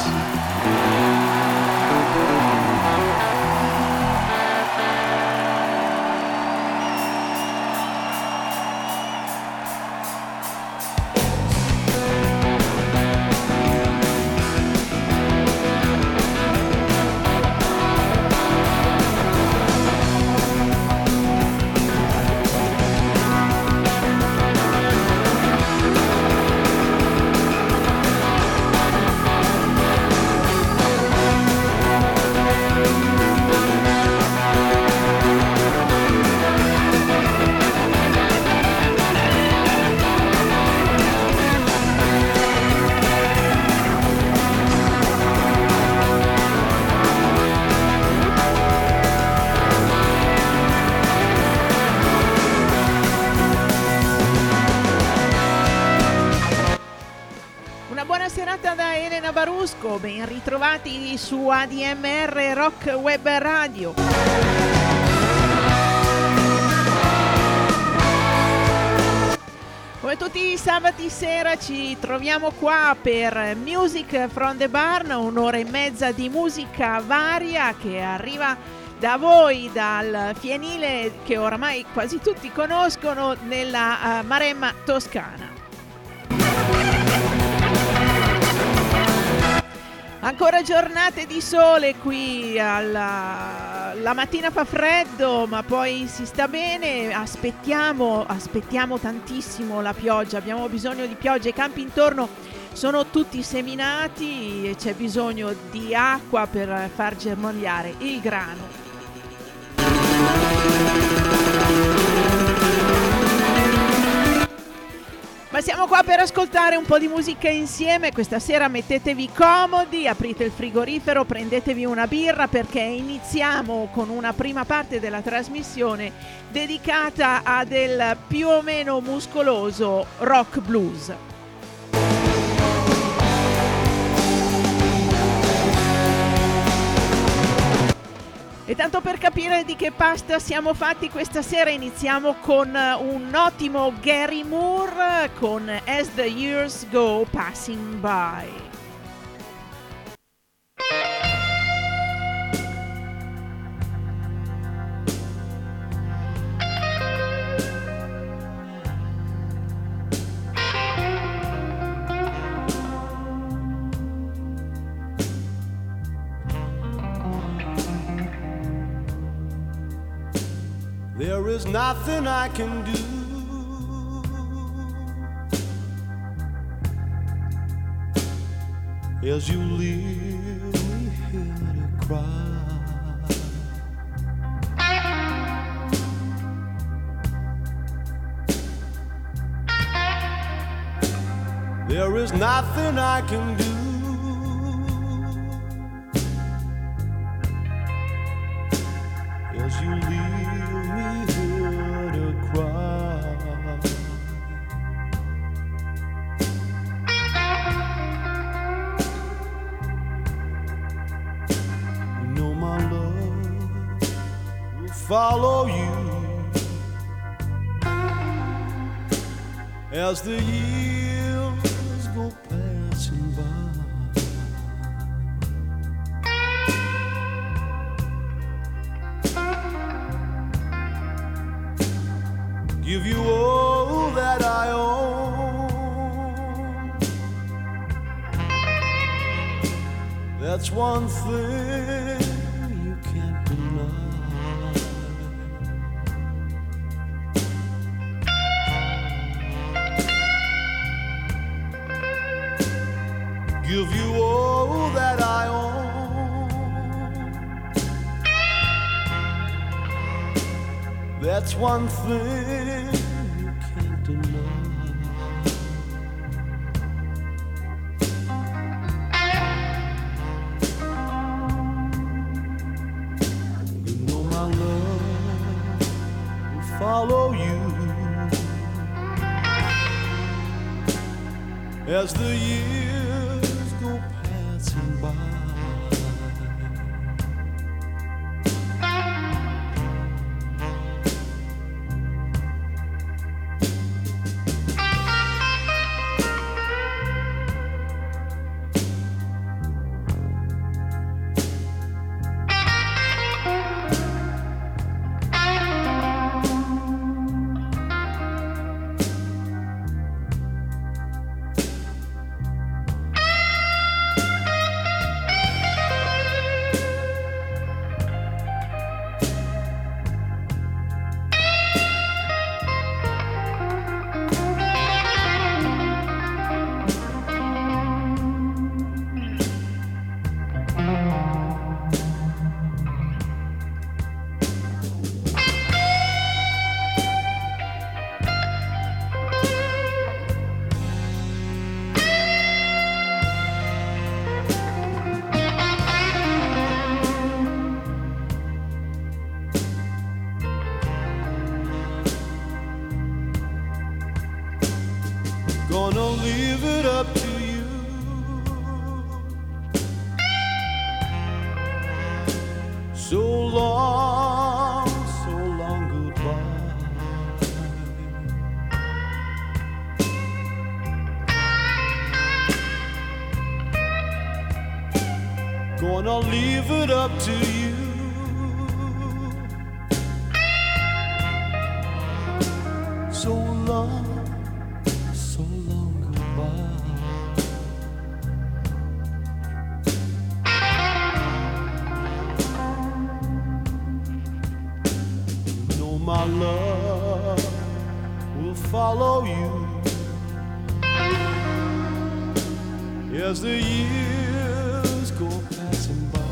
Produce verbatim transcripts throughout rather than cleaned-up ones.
Ben ritrovati su A D M R Rock Web Radio. Come tutti i sabati sera ci troviamo qua per Music from the Barn, un'ora e mezza di musica varia che arriva da voi, dal fienile che oramai quasi tutti conoscono nella uh, Maremma toscana. Ancora giornate di sole qui, alla... la mattina fa freddo ma poi si sta bene, aspettiamo, aspettiamo tantissimo la pioggia, abbiamo bisogno di pioggia, i campi intorno sono tutti seminati e c'è bisogno di acqua per far germogliare il grano. Ma siamo qua per ascoltare un po' di musica insieme. Questa sera mettetevi comodi, aprite il frigorifero, prendetevi una birra perché iniziamo con una prima parte della trasmissione dedicata a del più o meno muscoloso rock blues. E tanto per capire di che pasta siamo fatti questa sera iniziamo con un ottimo Gary Moore con As the Years Go Passing By. There is nothing I can do as you leave me here to cry. There is nothing I can do as you leave follow you as the years go passing by. Give you all that I own. That's one thing you can't deny. Give you all that I own. That's one thing you can't deny. You know my love will follow you as the years go passing by. Gonna leave it up to you. So long, so long goodbye. You know my love will follow you as the years go passing by.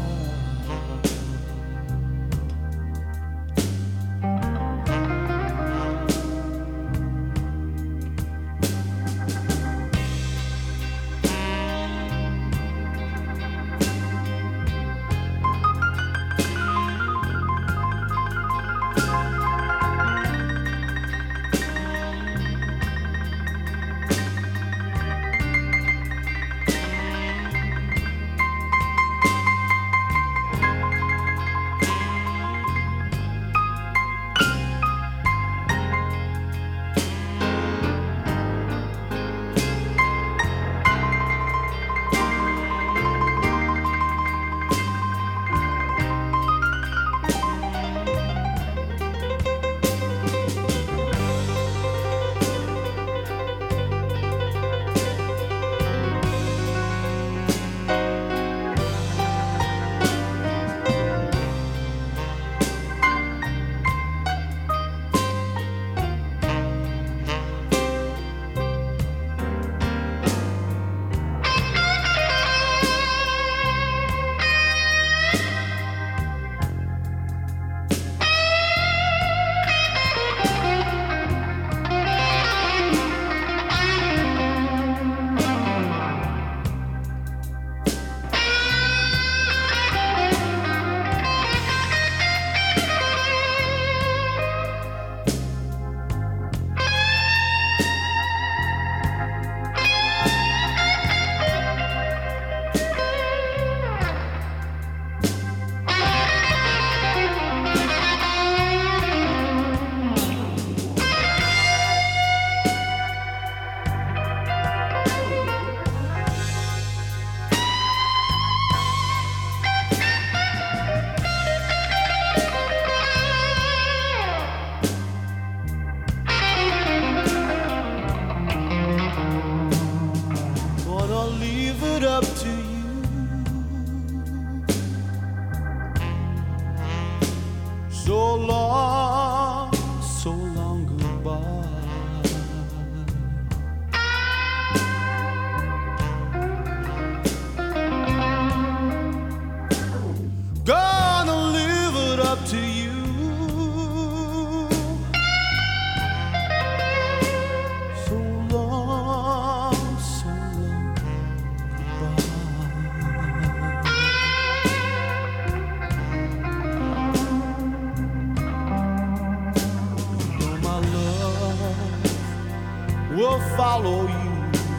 Will follow you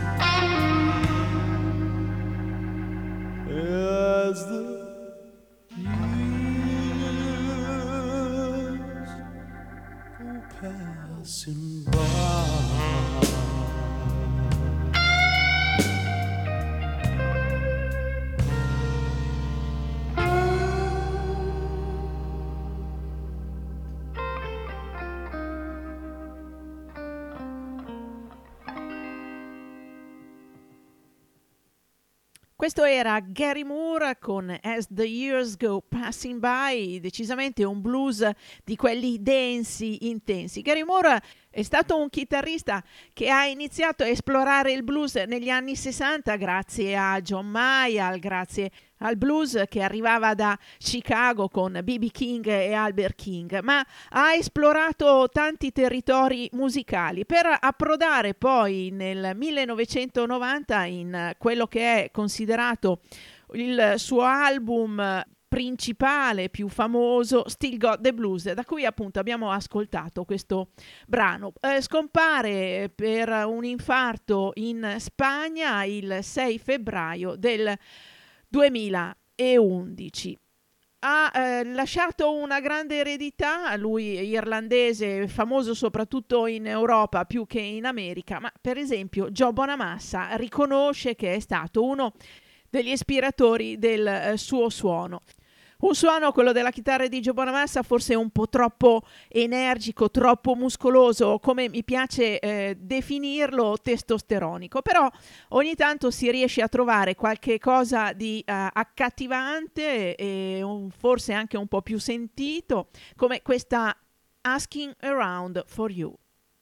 as the years go passing by. Questo era Gary Moore con As the Years Go Passing By, decisamente un blues di quelli densi, intensi. Gary Moore è stato un chitarrista che ha iniziato a esplorare il blues negli anni sessanta grazie a John Mayall, grazie al blues che arrivava da Chicago con B B King e Albert King, ma ha esplorato tanti territori musicali per approdare poi nel millenovecentonovanta in quello che è considerato il suo album principale, più famoso, Still Got the Blues, da cui appunto abbiamo ascoltato questo brano. Eh, scompare per un infarto in Spagna il sei febbraio del duemilaundici. Ha eh, lasciato una grande eredità, lui irlandese, famoso soprattutto in Europa più che in America, ma per esempio Joe Bonamassa riconosce che è stato uno degli ispiratori del eh, suo suono. Un suono, quello della chitarra di Joe Bonamassa, forse un po' troppo energico, troppo muscoloso, come mi piace eh, definirlo, testosteronico, però ogni tanto si riesce a trovare qualche cosa di uh, accattivante e un, forse anche un po' più sentito, come questa Asking Around for You.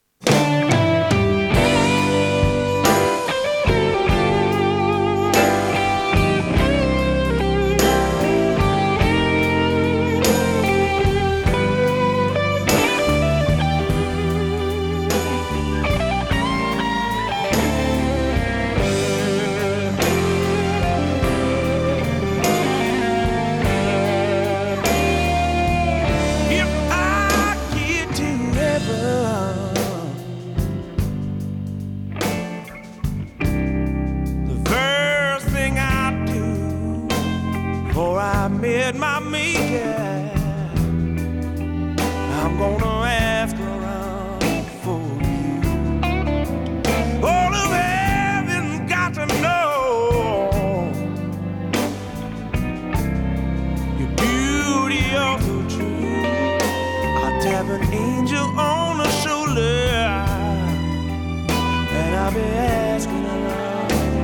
Met my maker, I'm gonna ask around for you. All of heaven's got to know your beauty also true. I'll tap an angel on the shoulder, and I'll be asking around.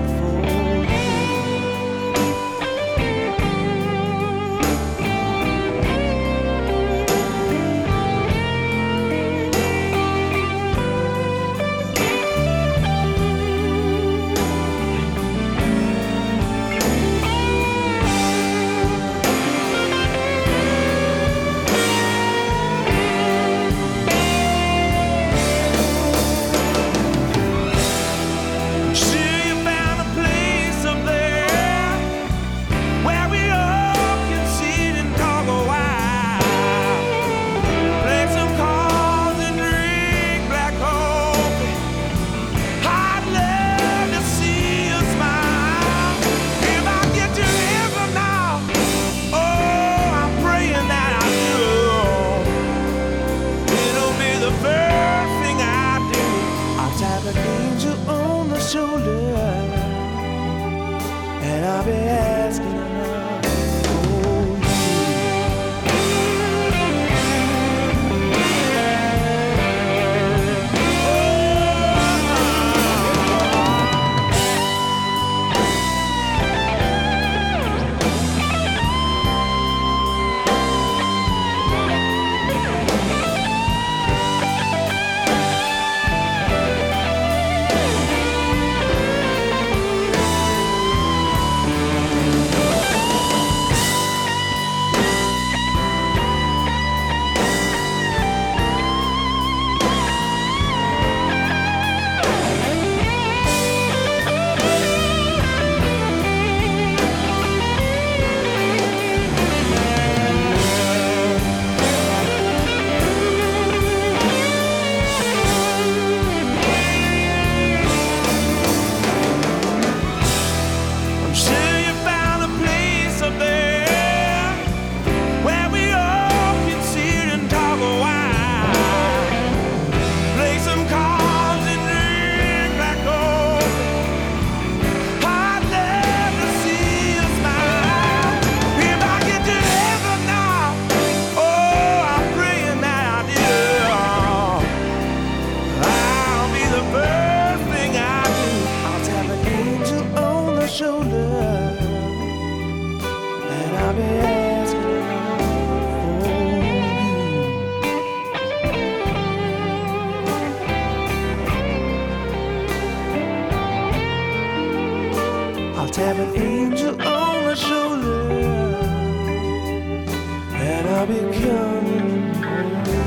Have an angel on the shoulder, and I'll be coming home to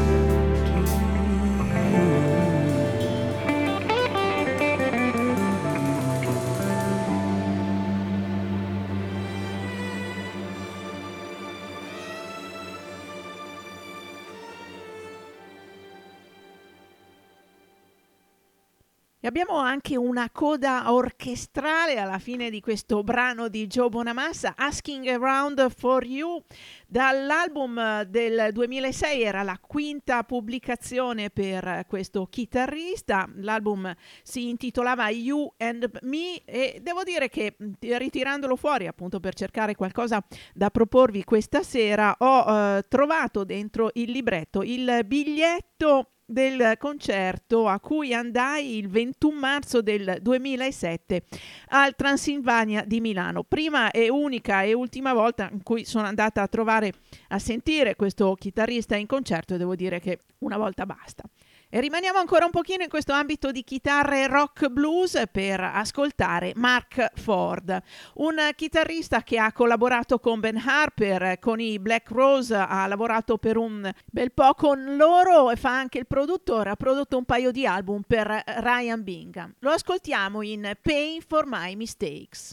E abbiamo anche una coda orchestrale alla fine di questo brano di Joe Bonamassa, Asking Around for You, dall'album del duemilasei, era la quinta pubblicazione per questo chitarrista. L'album si intitolava You and Me e devo dire che, ritirandolo fuori appunto per cercare qualcosa da proporvi questa sera, ho eh, trovato dentro il libretto il biglietto del concerto a cui andai il ventuno marzo del duemilasette al Transilvania di Milano. Prima e unica e ultima volta in cui sono andata a trovare, a sentire questo chitarrista in concerto, e devo dire che una volta basta. E rimaniamo ancora un pochino in questo ambito di chitarre rock blues per ascoltare Mark Ford, un chitarrista che ha collaborato con Ben Harper, con i Black Rose, ha lavorato per un bel po' con loro e fa anche il produttore, ha prodotto un paio di album per Ryan Bingham. Lo ascoltiamo in Paying for My Mistakes.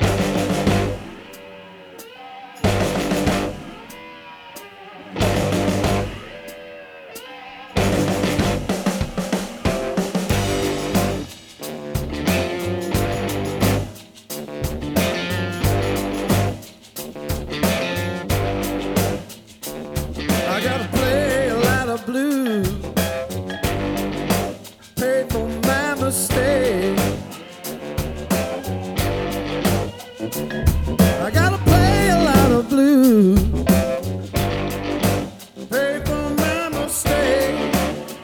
Blues, pay for my mistake. I gotta play a lot of blues, pay for my mistake.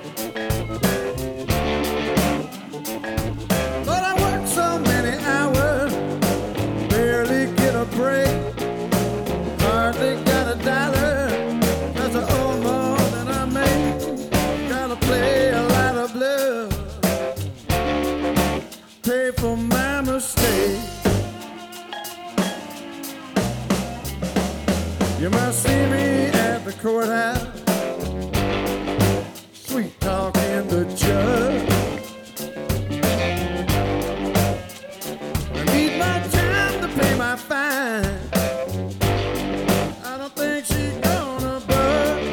But I work so many hours, barely get a break, hardly got a dollar, 'cause I owe more. Play a lot of blues, pay for my mistake. You must see me at the courthouse, sweet talking the judge. I need my time to pay my fine. I don't think she's gonna budge.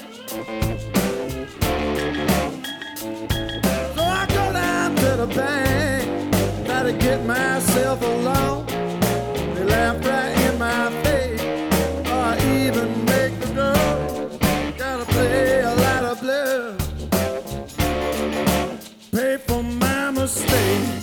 The bank, try to get myself along. They laugh right in my face, or I even make the girl. Gotta play a lot of blues, pay for my mistakes.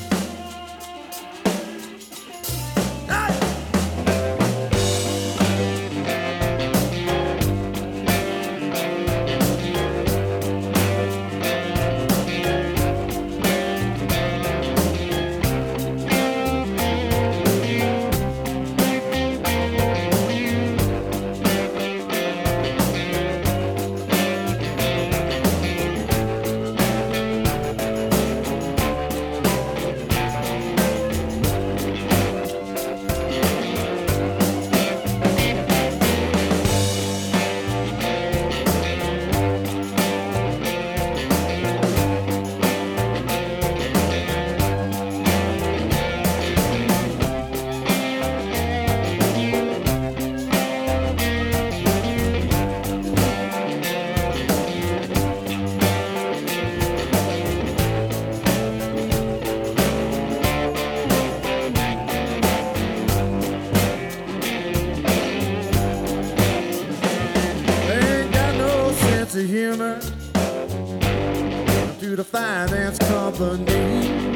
Humor to the finance company,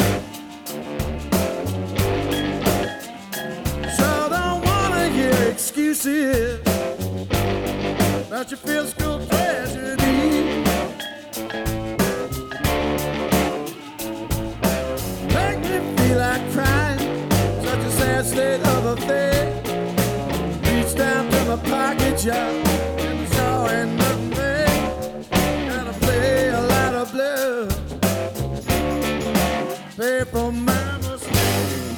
so don't wanna hear excuses about your fiscal tragedy. Make me feel like crying, such a sad state of affairs. Reach down to my pocket jar and saw and nothing there. Play a lot of blues, pay for my mistakes.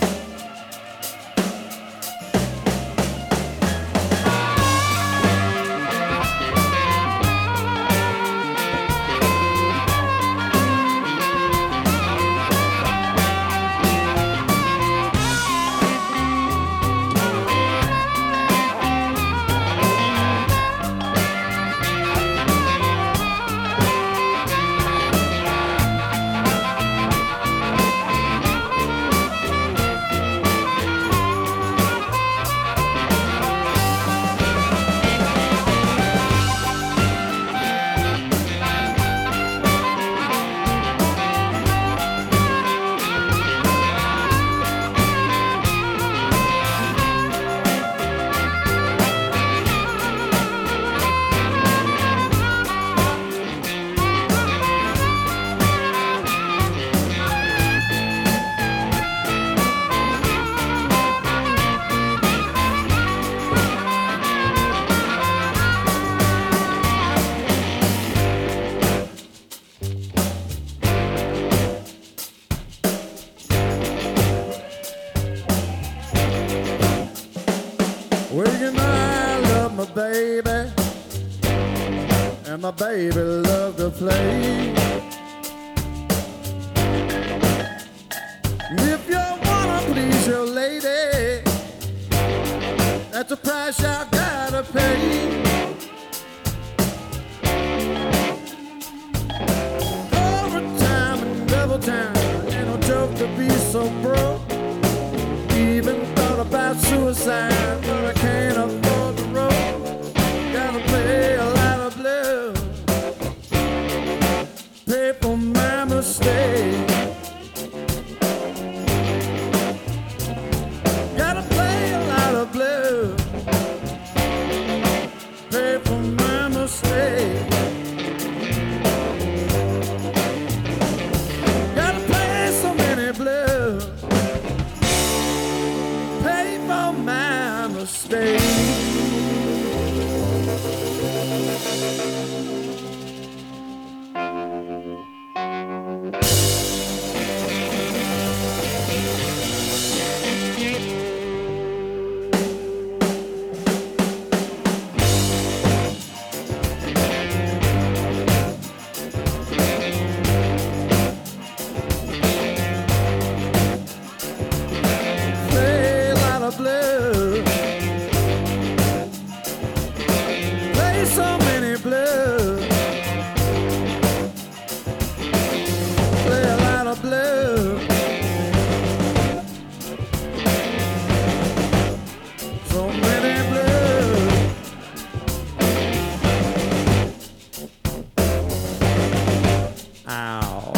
you know I love my baby, and my baby love to play. If you wanna please your lady, that's the price I gotta pay. Overtime and double time, ain't no joke to be so broke. Even thought about suicide, but I can't afford the road. Gotta play a lot of blues, pay for my mistake. Gotta play a lot of blues, pay for my mistake. Gotta play so many blues, pay for my mistake. Play a lot of blues, play so many blues, play a lot of blues, so many blues. Ow.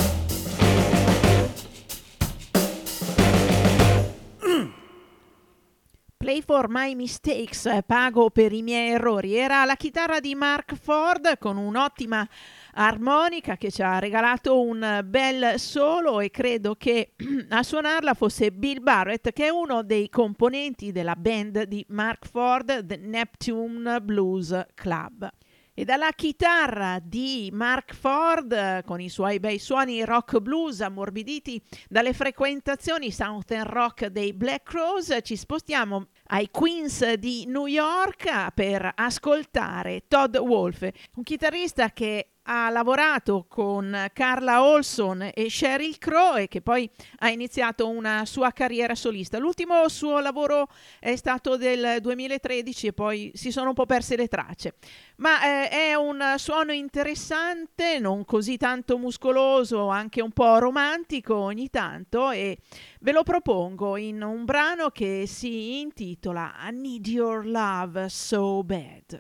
Play for my mistakes, eh, pago per i miei errori. Era la chitarra di Mark Ford con un'ottima armonica che ci ha regalato un bel solo, e credo che a suonarla fosse Bill Barrett, che è uno dei componenti della band di Mark Ford, The Neptune Blues Club. E dalla chitarra di Mark Ford, eh, con i suoi bei suoni rock blues ammorbiditi dalle frequentazioni Southern rock dei Black Crowes, ci spostiamo ai Queens di New York per ascoltare Todd Wolfe, un chitarrista che ha lavorato con Carla Olson e Sheryl Crow e che poi ha iniziato una sua carriera solista. L'ultimo suo lavoro è stato del duemilatredici e poi si sono un po' perse le tracce, ma eh, è un suono interessante, non così tanto muscoloso, anche un po' romantico ogni tanto, e ve lo propongo in un brano che si intitola I Need Your Love So Bad.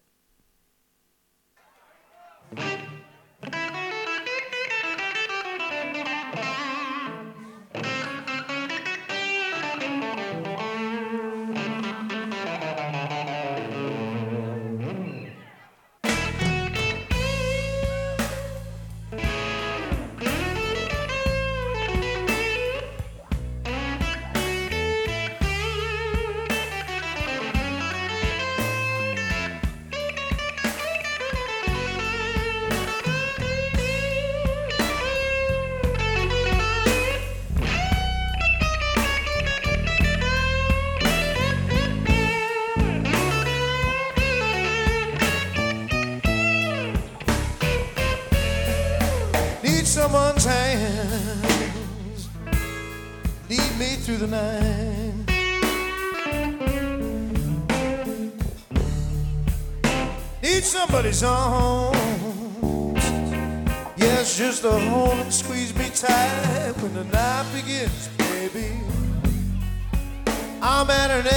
Someone's hands lead me through the night. Need somebody's arms, yes, just to hold and squeeze me tight. When the night begins, baby, I'm at an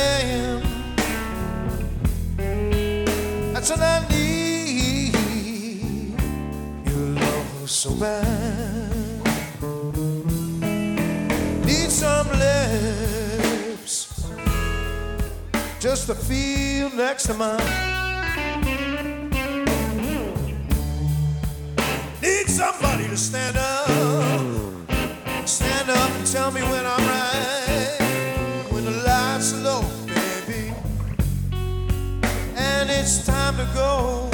end. That's what I need, your love so bad. Need some lips just to feel next to mine. Need somebody to stand up, stand up and tell me when I'm right, when the lights are low, baby, and it's time to go.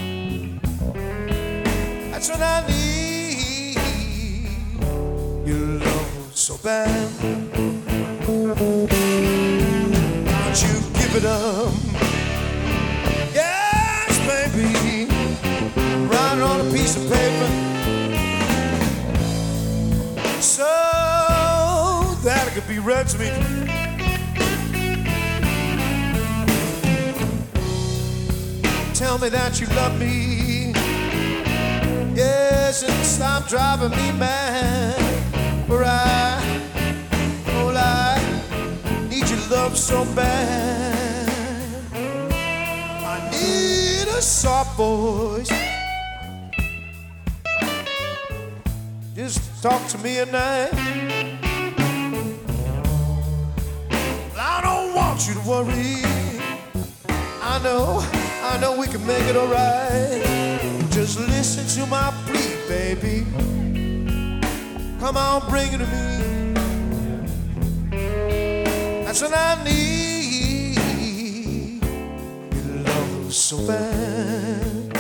That's what I need, your love so bad. Won't you give it up? be read to me. Tell me that you love me, yes, and stop driving me mad. For I, oh, I need your love so bad. I need a soft voice, just talk to me at night. I don't want you to worry, I know, I know we can make it alright. Just listen to my plea, baby. Come on, bring it to me. That's what I need. Your love so bad.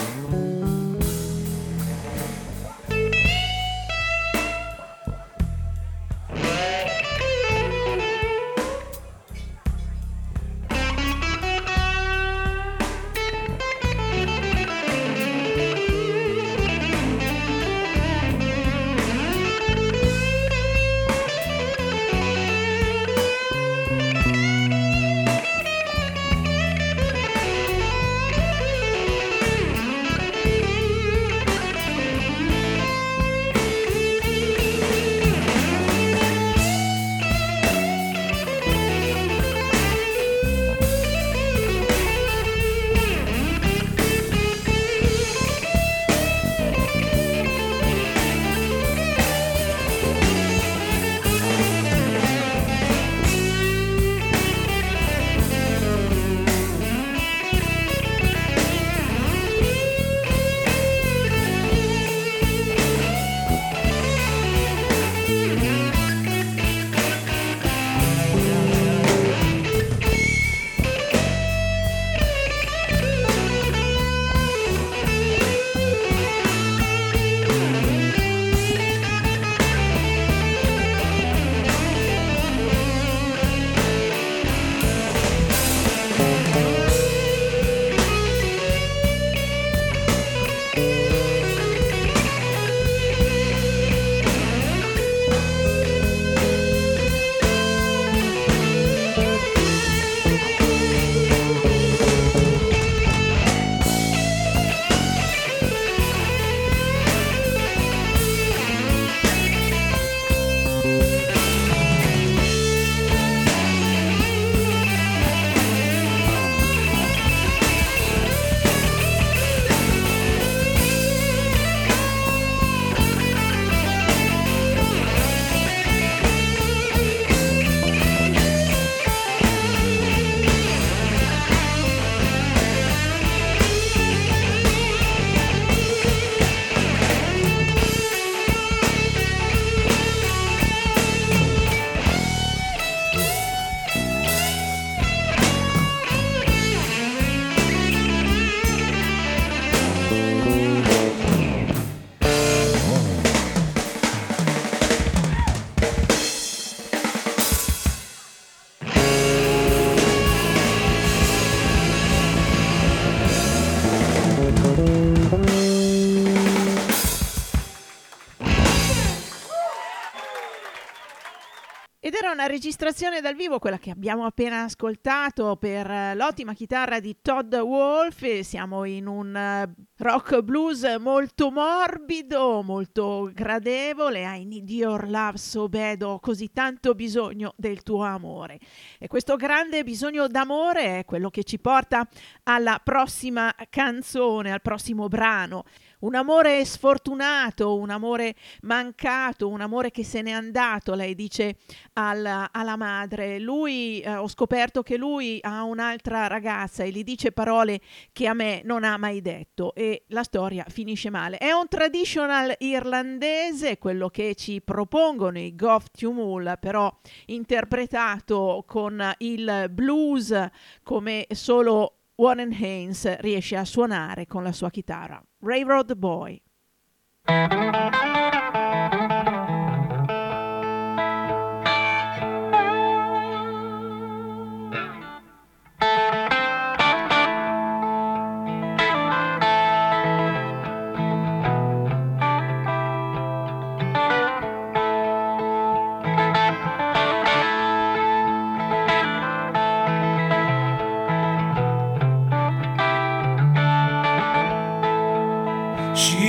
Ed era una registrazione dal vivo, quella che abbiamo appena ascoltato, per l'ottima chitarra di Todd Wolfe. Siamo in un rock blues molto morbido, molto gradevole. I need your love so bad, ho così tanto bisogno del tuo amore. E questo grande bisogno d'amore è quello che ci porta alla prossima canzone, al prossimo brano. Un amore sfortunato, un amore mancato, un amore che se n'è andato, lei dice alla, alla madre. Lui, eh, ho scoperto che lui ha un'altra ragazza e gli dice parole che a me non ha mai detto, e la storia finisce male. È un traditional irlandese, quello che ci propongono i Gough Tuamul, però interpretato con il blues come solo Warren Haynes riesce a suonare con la sua chitarra. Railroad Boy.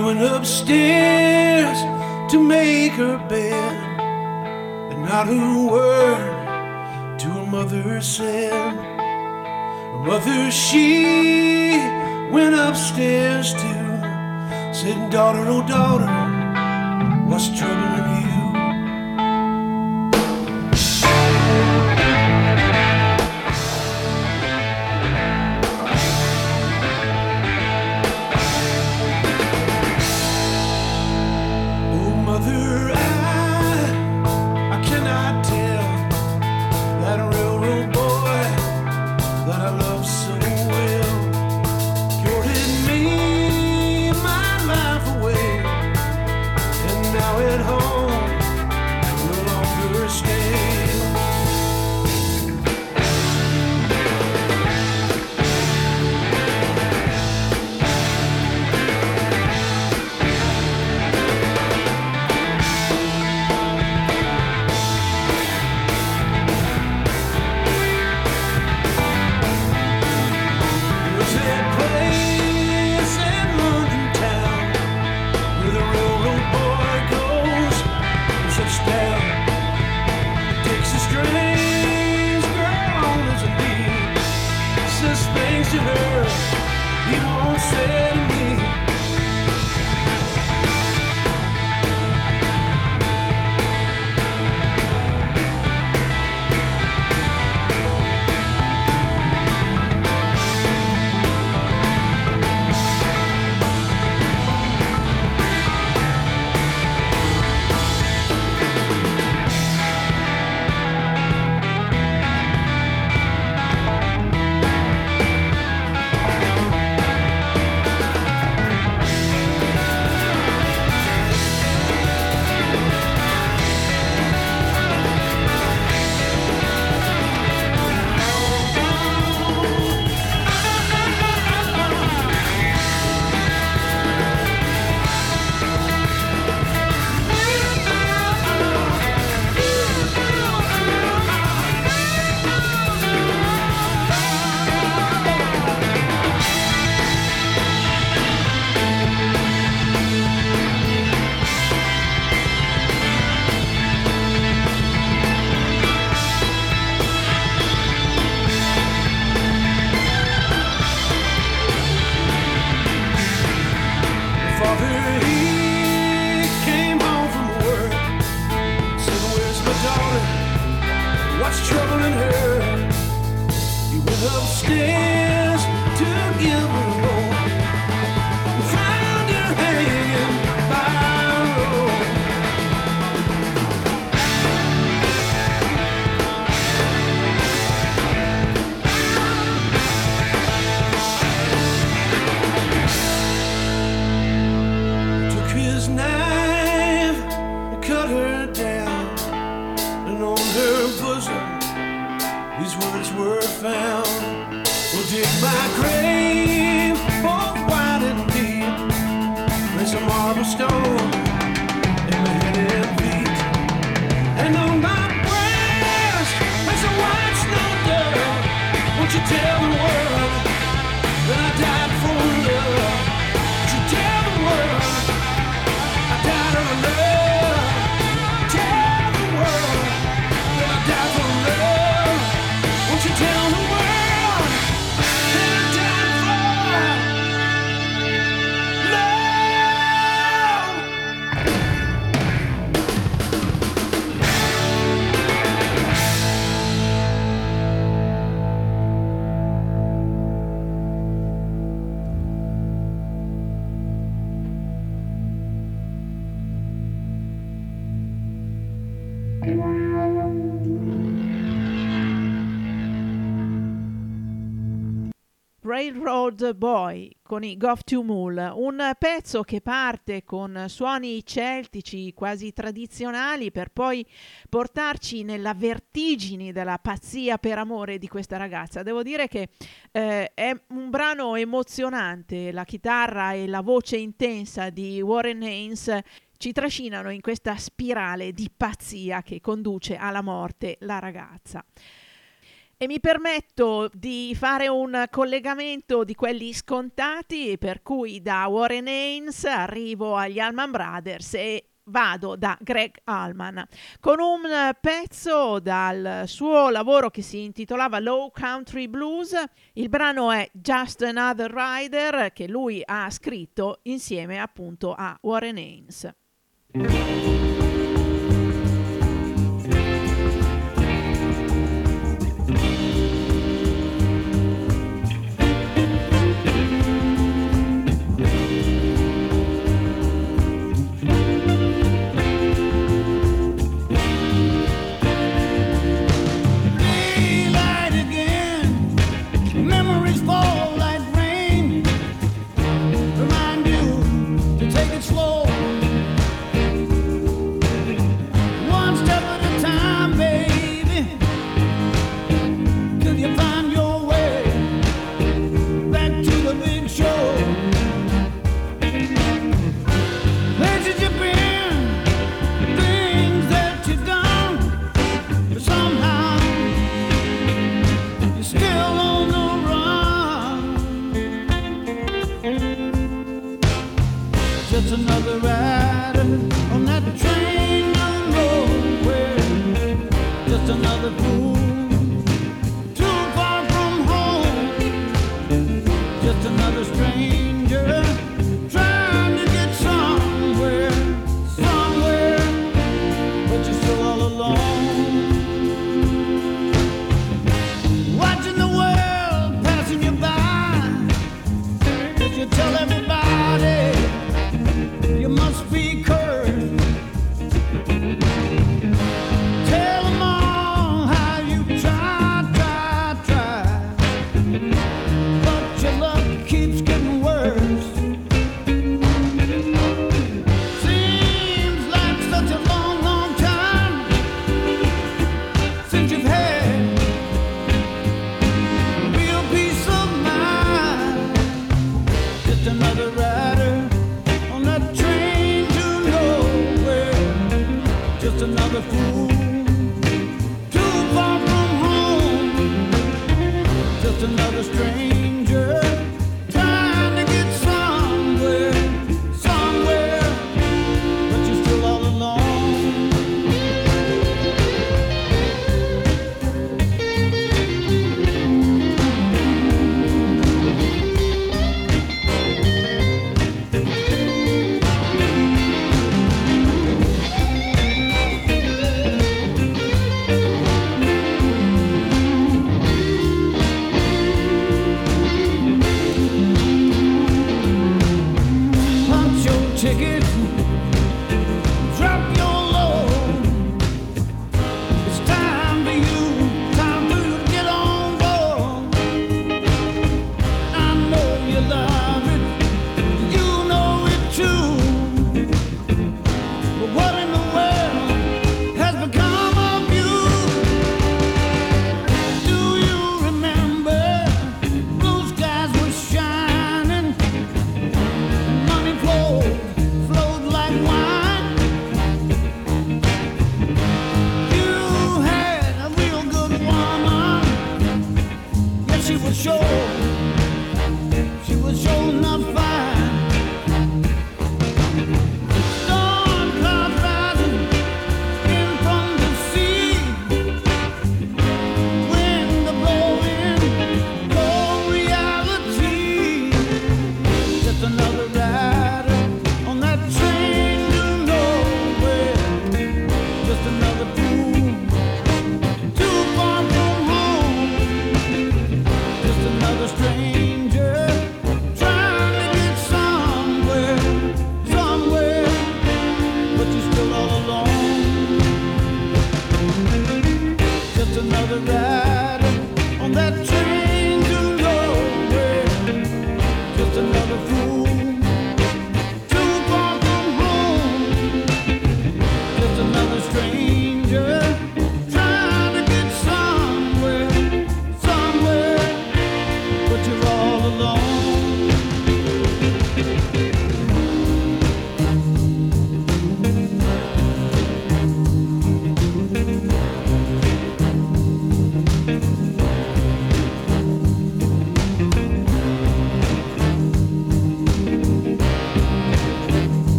He went upstairs to make her bed, and not a word to her mother said. Her mother, she went upstairs too, said, daughter, oh daughter, what's troubling you? Railroad Boy con i Goff to Mool, un pezzo che parte con suoni celtici quasi tradizionali per poi portarci nella vertigini della pazzia per amore di questa ragazza. Devo dire che eh, è un brano emozionante, la chitarra e la voce intensa di Warren Haynes ci trascinano in questa spirale di pazzia che conduce alla morte la ragazza. E mi permetto di fare un collegamento di quelli scontati, per cui da Warren Haynes arrivo agli Allman Brothers e vado da Greg Allman con un pezzo dal suo lavoro che si intitolava Low Country Blues. Il brano è Just Another Rider, che lui ha scritto insieme appunto a Warren Haynes. Just another rider on that train nowhere. Just another fool too far from home. Just another stranger trying to get somewhere, somewhere, but you're still all alone. Watching the world passing you by, did you tell everybody you must be cursed? Tell them all how you try, try, try, but your luck keeps getting worse. Seems like such a long, long time since you've had real peace of mind. Just another rider on that train to nowhere. Just another fool too far from home. Just another stranger trying to get somewhere, somewhere, but you're still all alone. Punch your ticket, drop your load. It's time for you, time for you to get on board. I know you love it, you know it too. But what in the world has become of you? Do you remember blue skies were shining? Money flowed, flowed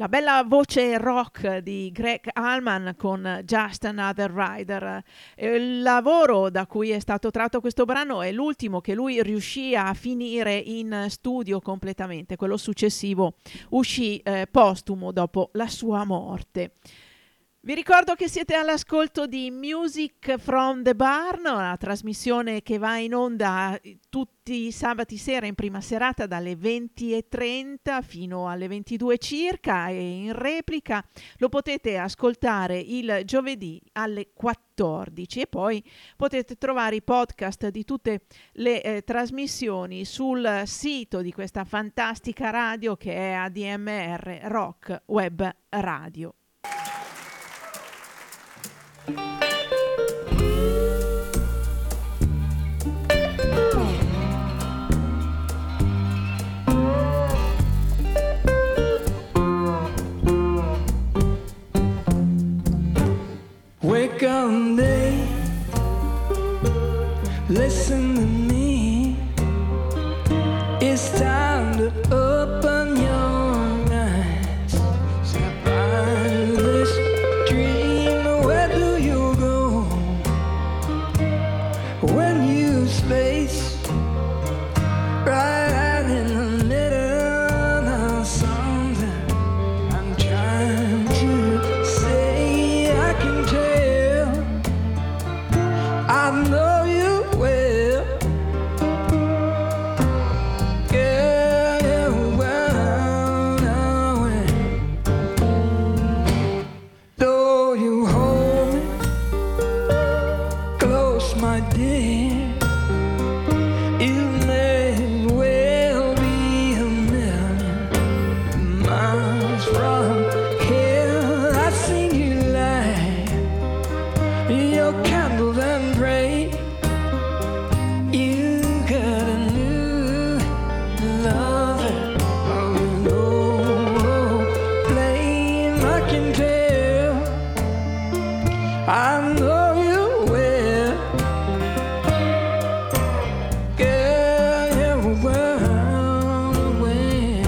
bella voce rock di Greg Allman con Just Another Rider. Il lavoro da cui è stato tratto questo brano è l'ultimo che lui riuscì a finire in studio completamente, quello successivo uscì eh, postumo dopo la sua morte. Vi ricordo che siete all'ascolto di Music from the Barn, una trasmissione che va in onda tutti i sabati sera in prima serata dalle venti e trenta fino alle ventidue circa, e in replica lo potete ascoltare il giovedì alle quattordici, e poi potete trovare i podcast di tutte le eh, trasmissioni sul sito di questa fantastica radio che è A D M R Rock Web Radio. Wake up, day, listen to me. It's time to open your eyes. Step on this dream. Where do you go when you space right out in the middle of something? I'm trying to say I can tell. I know you will. Girl, you're well away. Though you hold me close, my dear, you may well be a million miles from here. I've seen you light your candles and pray. You got a new lover on an old flame. I can tell. I know you will. Girl, you're well aware.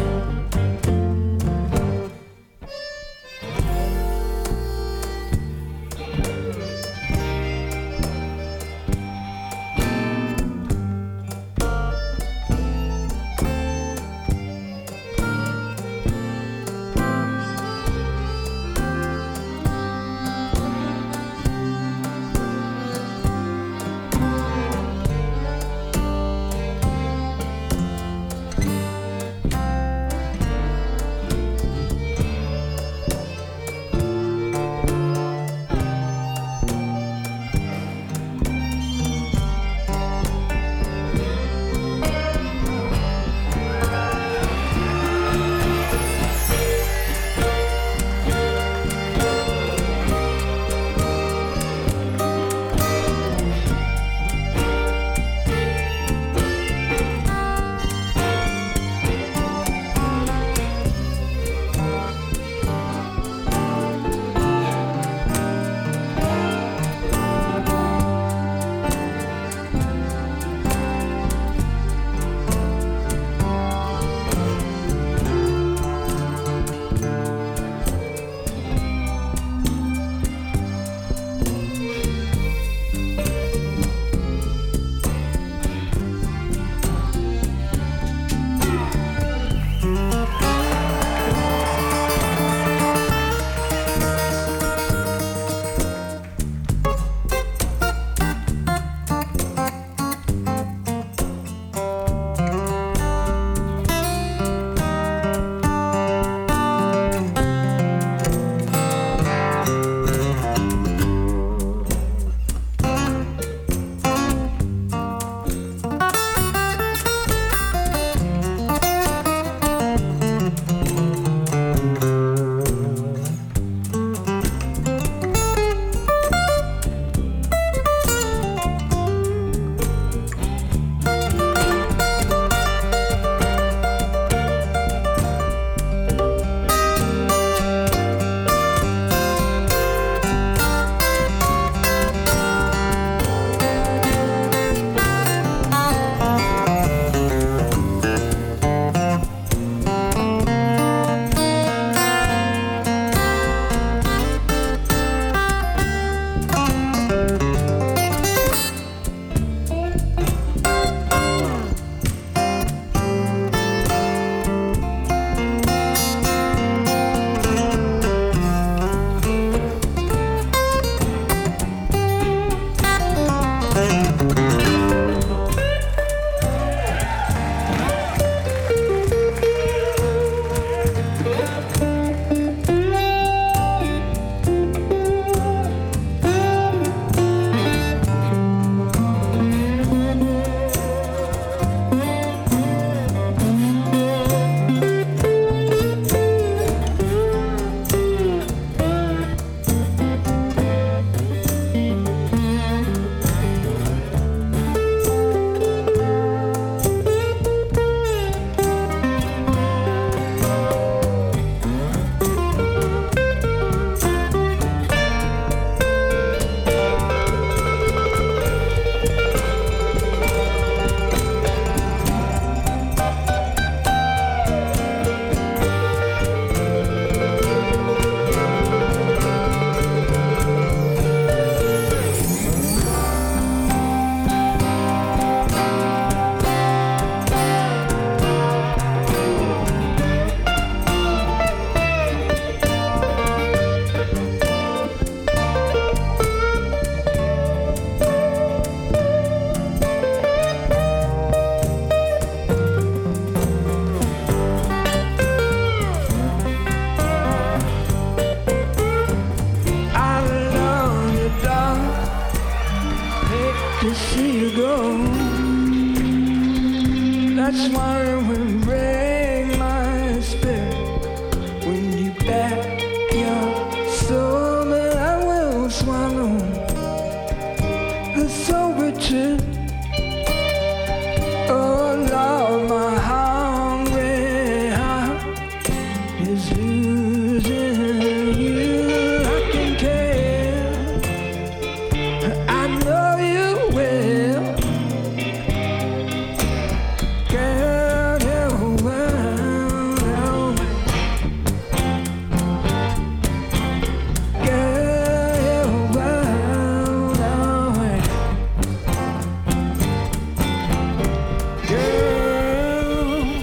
to see you go. That's why it will break my spirit when you back your soul, but I will swallow the sober truth. Oh Lord, my hungry heart is losing you. I can care, I know you will. Girl, you're well, girl, you're well, girl,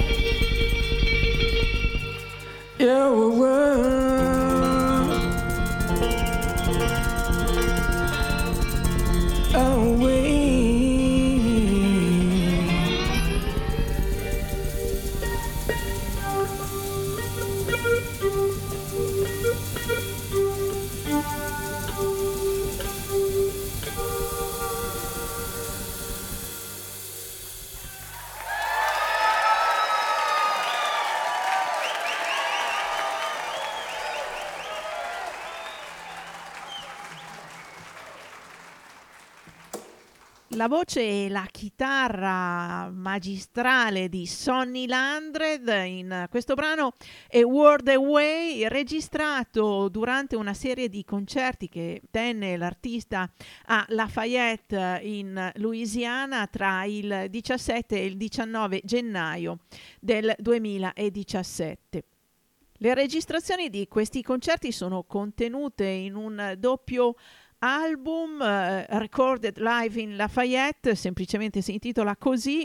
you're well. Away. La voce e la chitarra magistrale di Sonny Landred in questo brano è World Away, registrato durante una serie di concerti che tenne l'artista a Lafayette in Louisiana tra il diciassette e il diciannove gennaio del duemiladiciassette. Le registrazioni di questi concerti sono contenute in un doppio album uh, Recorded Live in Lafayette, semplicemente si intitola così,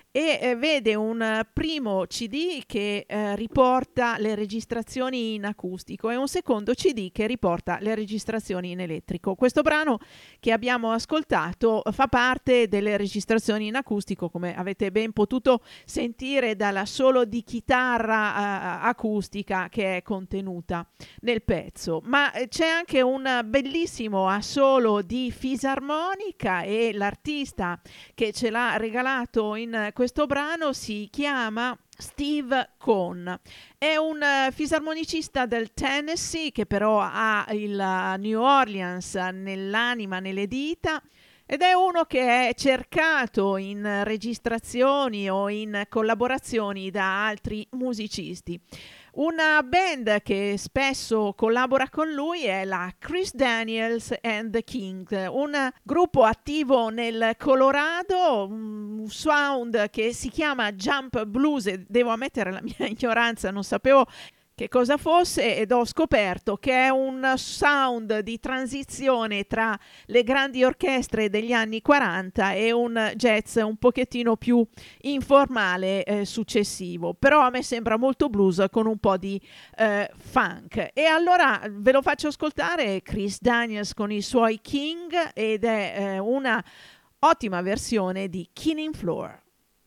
e eh, vede un uh, primo C D che uh, riporta le registrazioni in acustico e un secondo C D che riporta le registrazioni in elettrico. Questo brano che abbiamo ascoltato fa parte delle registrazioni in acustico, come avete ben potuto sentire dalla solo di chitarra uh, acustica che è contenuta nel pezzo, ma eh, c'è anche un bellissimo assolo di fisarmonica e l'artista che ce l'ha regalato in questo brano si chiama Steve Cohn. È un uh, fisarmonicista del Tennessee che però ha il uh, New Orleans nell'anima, nelle dita, ed è uno che è cercato in registrazioni o in collaborazioni da altri musicisti. Una band che spesso collabora con lui è la Chris Daniels and the Kings, un gruppo attivo nel Colorado, un sound che si chiama Jump Blues, e devo ammettere la mia ignoranza, non sapevo che cosa fosse, ed ho scoperto che è un sound di transizione tra le grandi orchestre degli anni quaranta e un jazz un pochettino più informale eh, successivo, però a me sembra molto blues con un po' di eh, funk. E allora ve lo faccio ascoltare, Chris Daniels con i suoi King, ed è eh, una ottima versione di Killing Floor.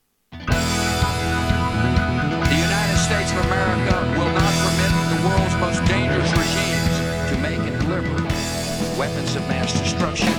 The United States of America will not permit the world's most dangerous regimes to make and deliver weapons of mass destruction.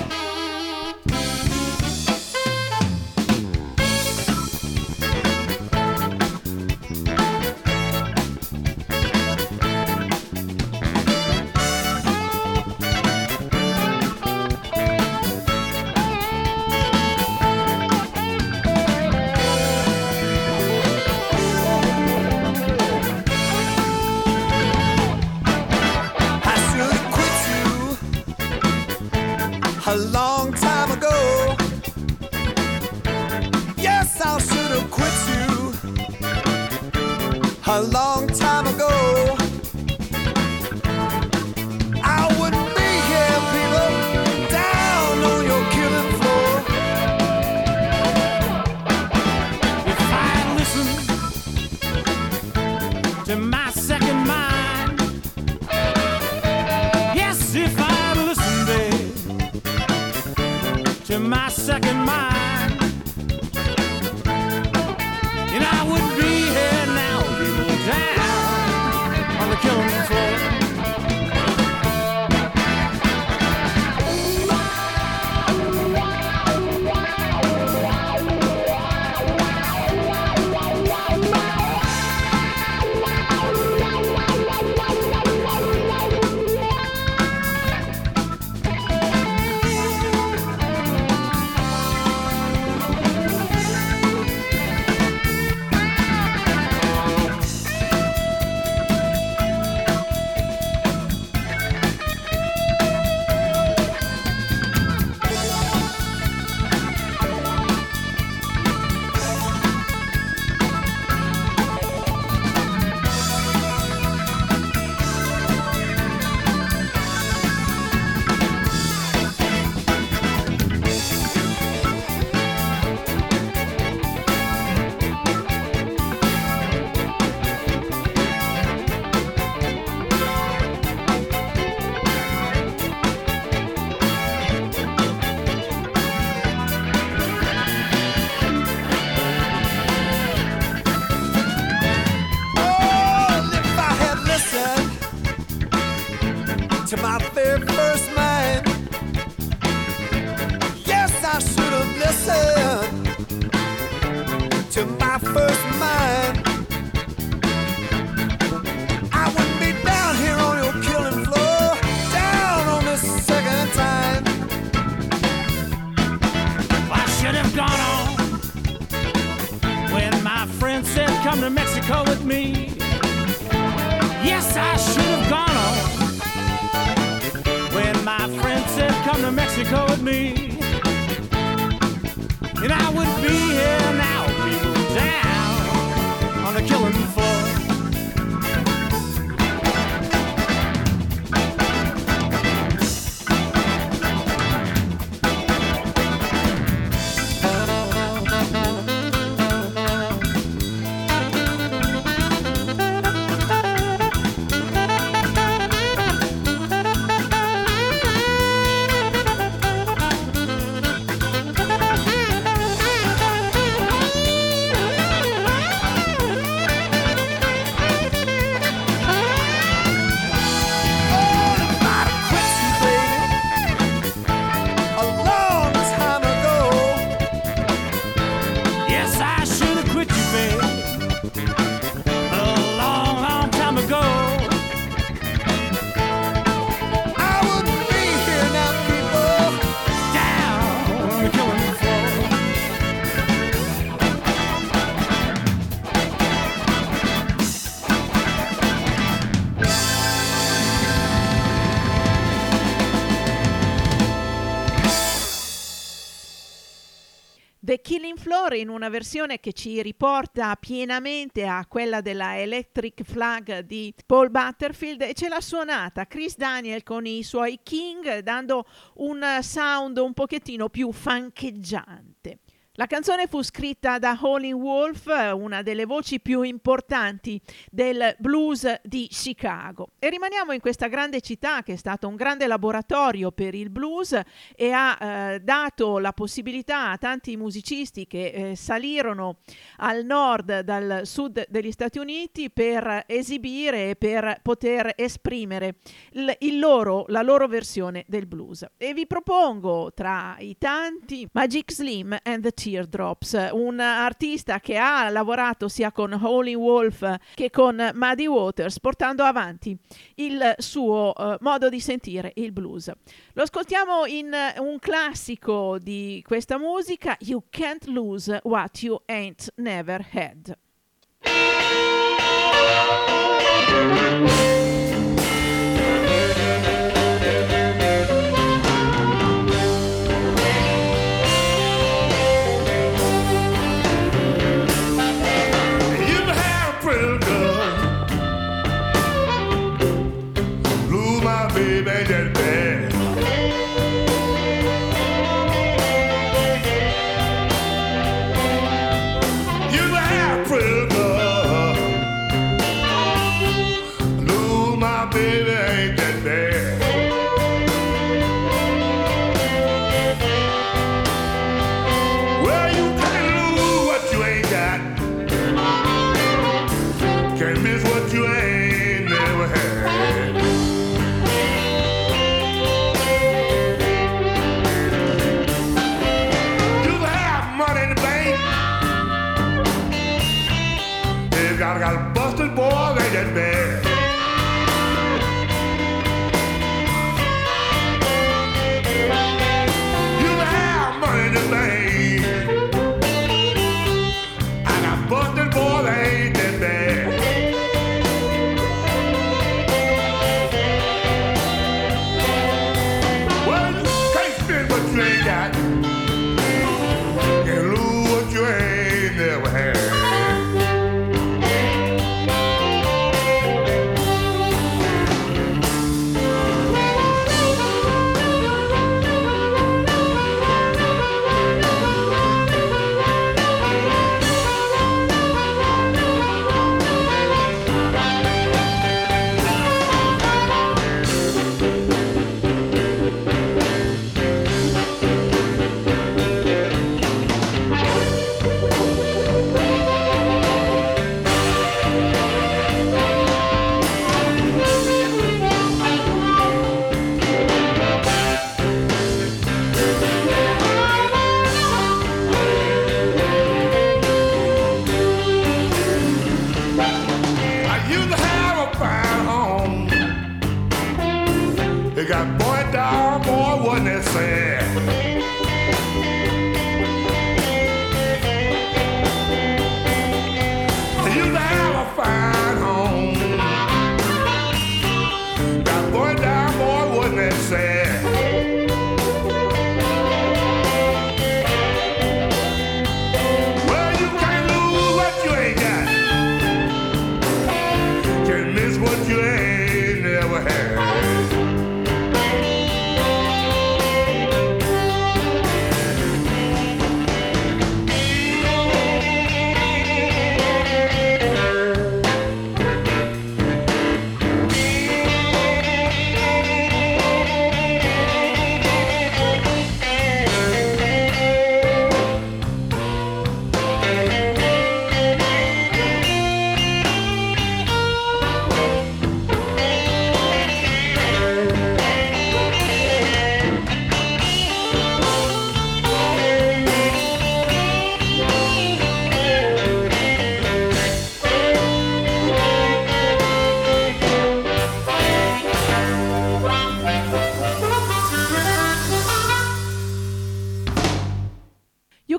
A long time ago. Yes, I should have quit you a long time ago. I wouldn't be here, people, down on your killing floor. If I listen to my second mind, yes, if I listen, babe, to my second mind, and I would be here now, people, down on the killing floor. my first mind, I wouldn't be down here on your killing floor, down on the second time. I should have gone on when my friend said come to Mexico with me. Yes, I should have gone on when my friend said come to Mexico with me. And I would be here now, people, down on the killing floor. The Killing Floor in una versione che ci riporta pienamente a quella della Electric Flag di Paul Butterfield, e ce l'ha suonata Chris Daniel con i suoi King, dando un sound un pochettino più funcheggiante. La canzone fu scritta da Howlin' Wolf, una delle voci più importanti del blues di Chicago. E rimaniamo in questa grande città che è stato un grande laboratorio per il blues e ha eh, dato la possibilità a tanti musicisti che eh, salirono al nord dal sud degli Stati Uniti per esibire e per poter esprimere il, il loro, la loro versione del blues. E vi propongo tra i tanti Magic Slim and the Teardrops, un artista che ha lavorato sia con Howlin' Wolf che con Muddy Waters, portando avanti il suo uh, modo di sentire il blues. Lo ascoltiamo in uh, un classico di questa musica, You Can't Lose What You Ain't Never Had. You have pretty girl,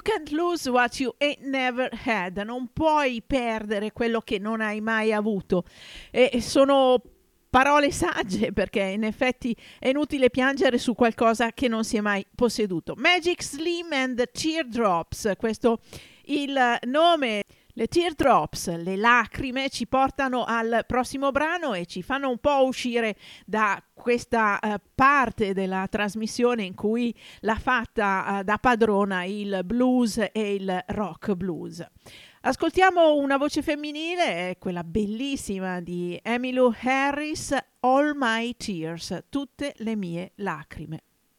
can't lose what you ain't never had. Non puoi perdere quello che non hai mai avuto. E sono parole sagge, perché in effetti è inutile piangere su qualcosa che non si è mai posseduto. Magic Slim and the Teardrops, questo il nome. Le teardrops, le lacrime, ci portano al prossimo brano e ci fanno un po' uscire da questa uh, parte della trasmissione in cui l'ha fatta uh, da padrona il blues e il rock blues. Ascoltiamo una voce femminile, quella bellissima di Emmylou Harris, All My Tears, tutte le mie lacrime.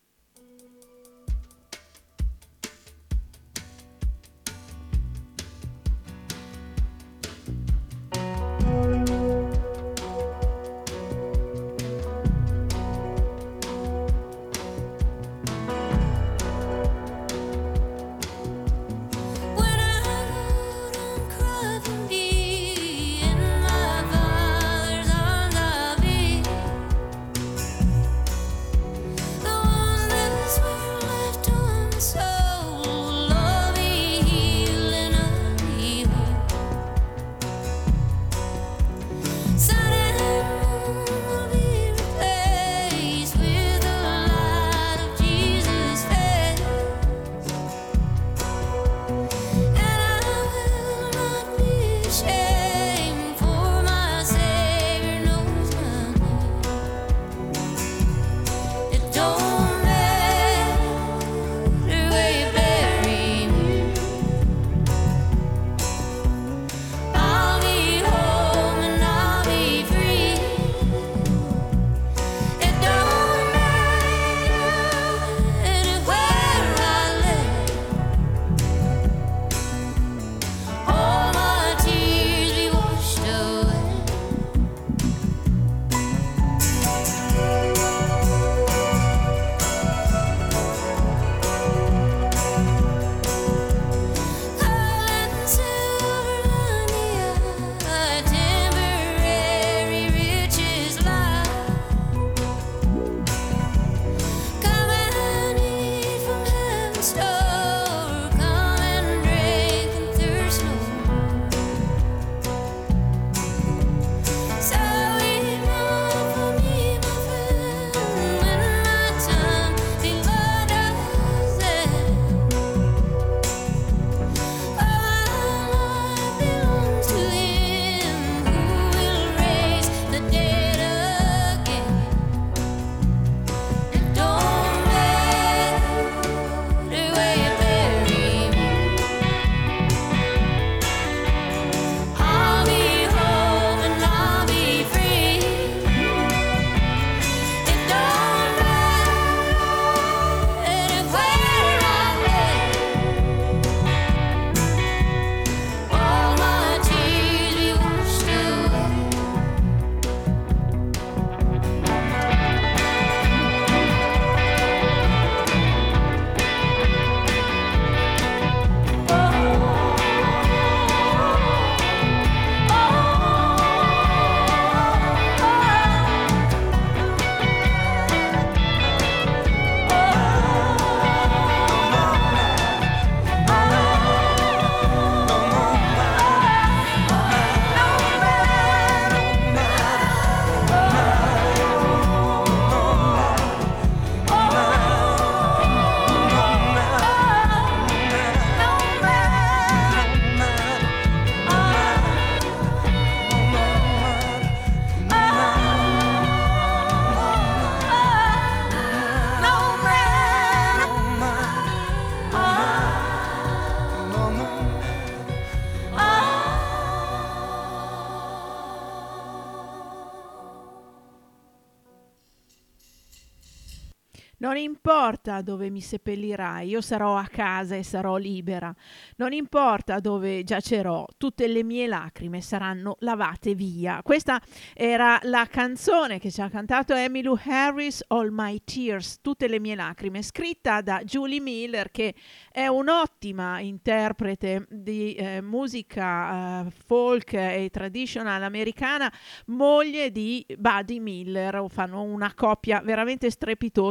Non importa dove mi seppellirai, io sarò a casa e sarò libera. Non importa dove giacerò, tutte le mie lacrime saranno lavate via. Questa era la canzone che ci ha cantato Emmylou Harris, All My Tears, tutte le mie lacrime, scritta da Julie Miller, che è un'ottima interprete di eh, musica eh, folk e traditional americana, moglie di Buddy Miller. Fanno una coppia veramente strepitosa questi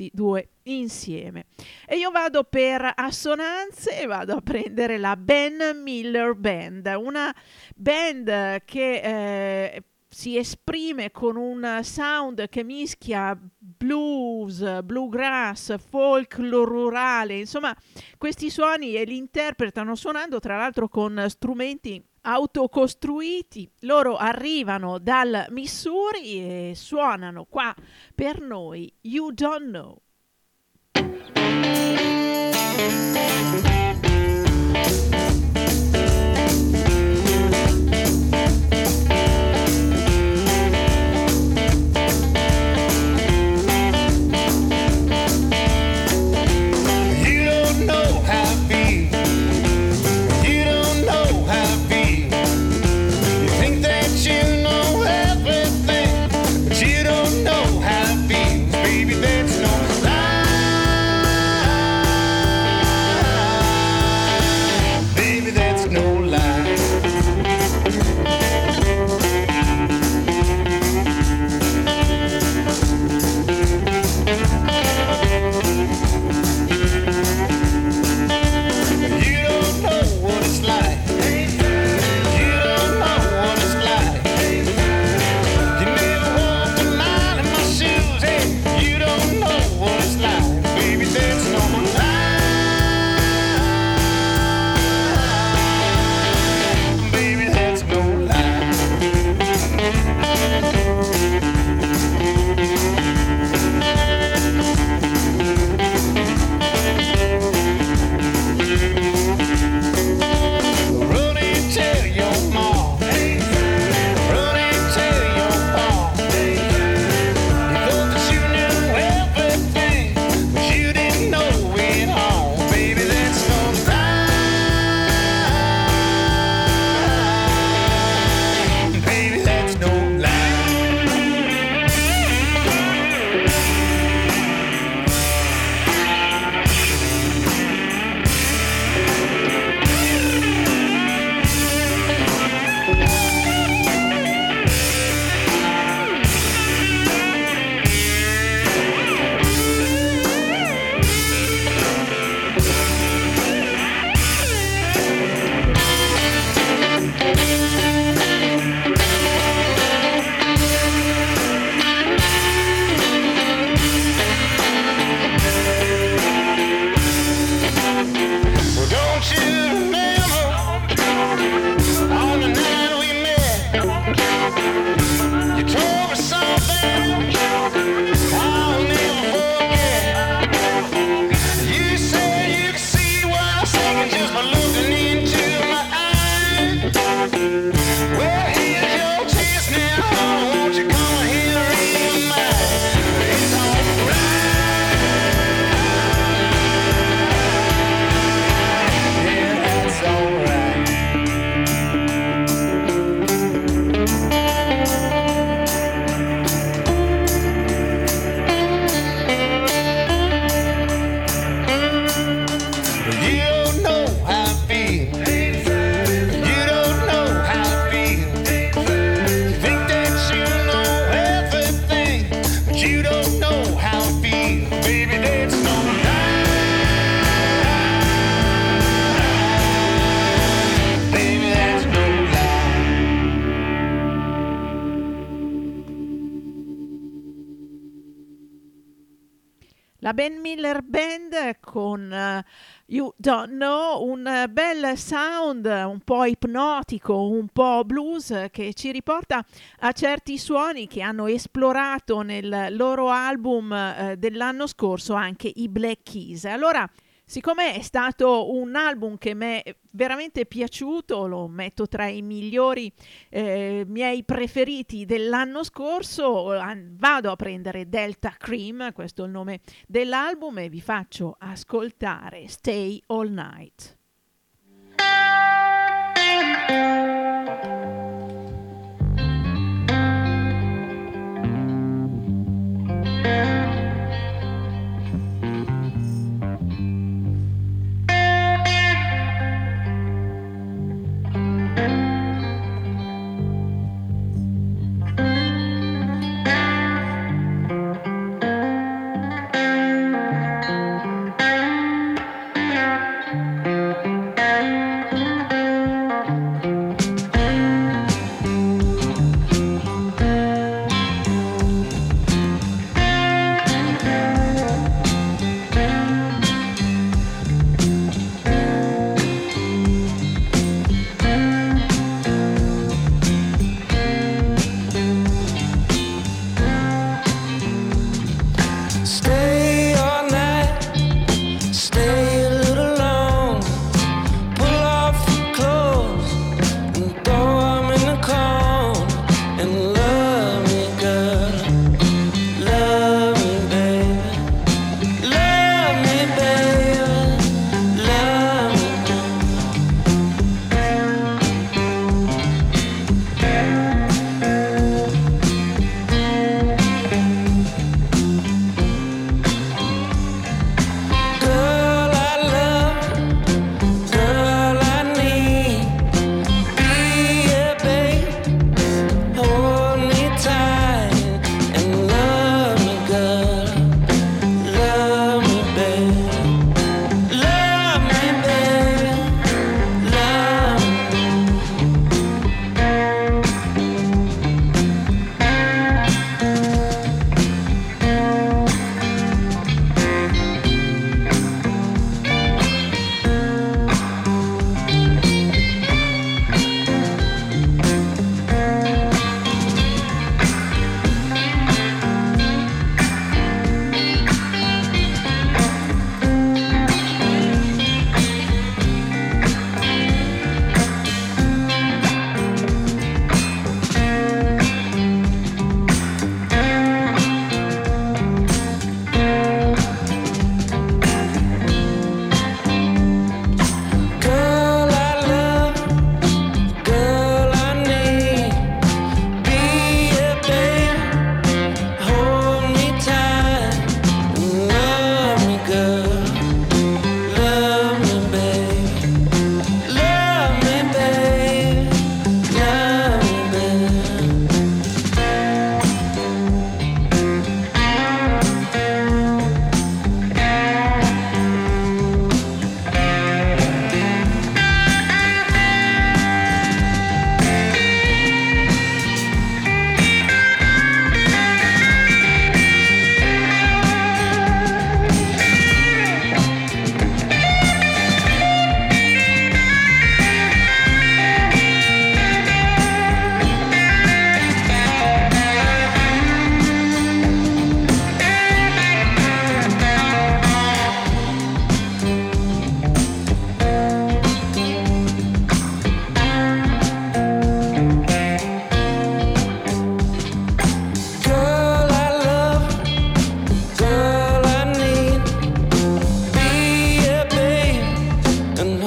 questi due insieme. E io vado per assonanze e vado a prendere la Ben Miller Band, una band che eh, si esprime con un sound che mischia blues, bluegrass, folk rurale, insomma questi suoni e li interpretano suonando tra l'altro con strumenti autocostruiti. Loro arrivano dal Missouri e suonano qua per noi You Don't Know. La Ben Miller Band con uh, You Don't Know, un uh, bel sound un po' ipnotico, un po' blues, che ci riporta a certi suoni che hanno esplorato nel loro album uh, dell'anno scorso anche i Black Keys. Allora, siccome è stato un album che mi è veramente piaciuto, lo metto tra i migliori eh, miei preferiti dell'anno scorso, vado a prendere Delta Cream, questo è il nome dell'album, e vi faccio ascoltare Stay All Night.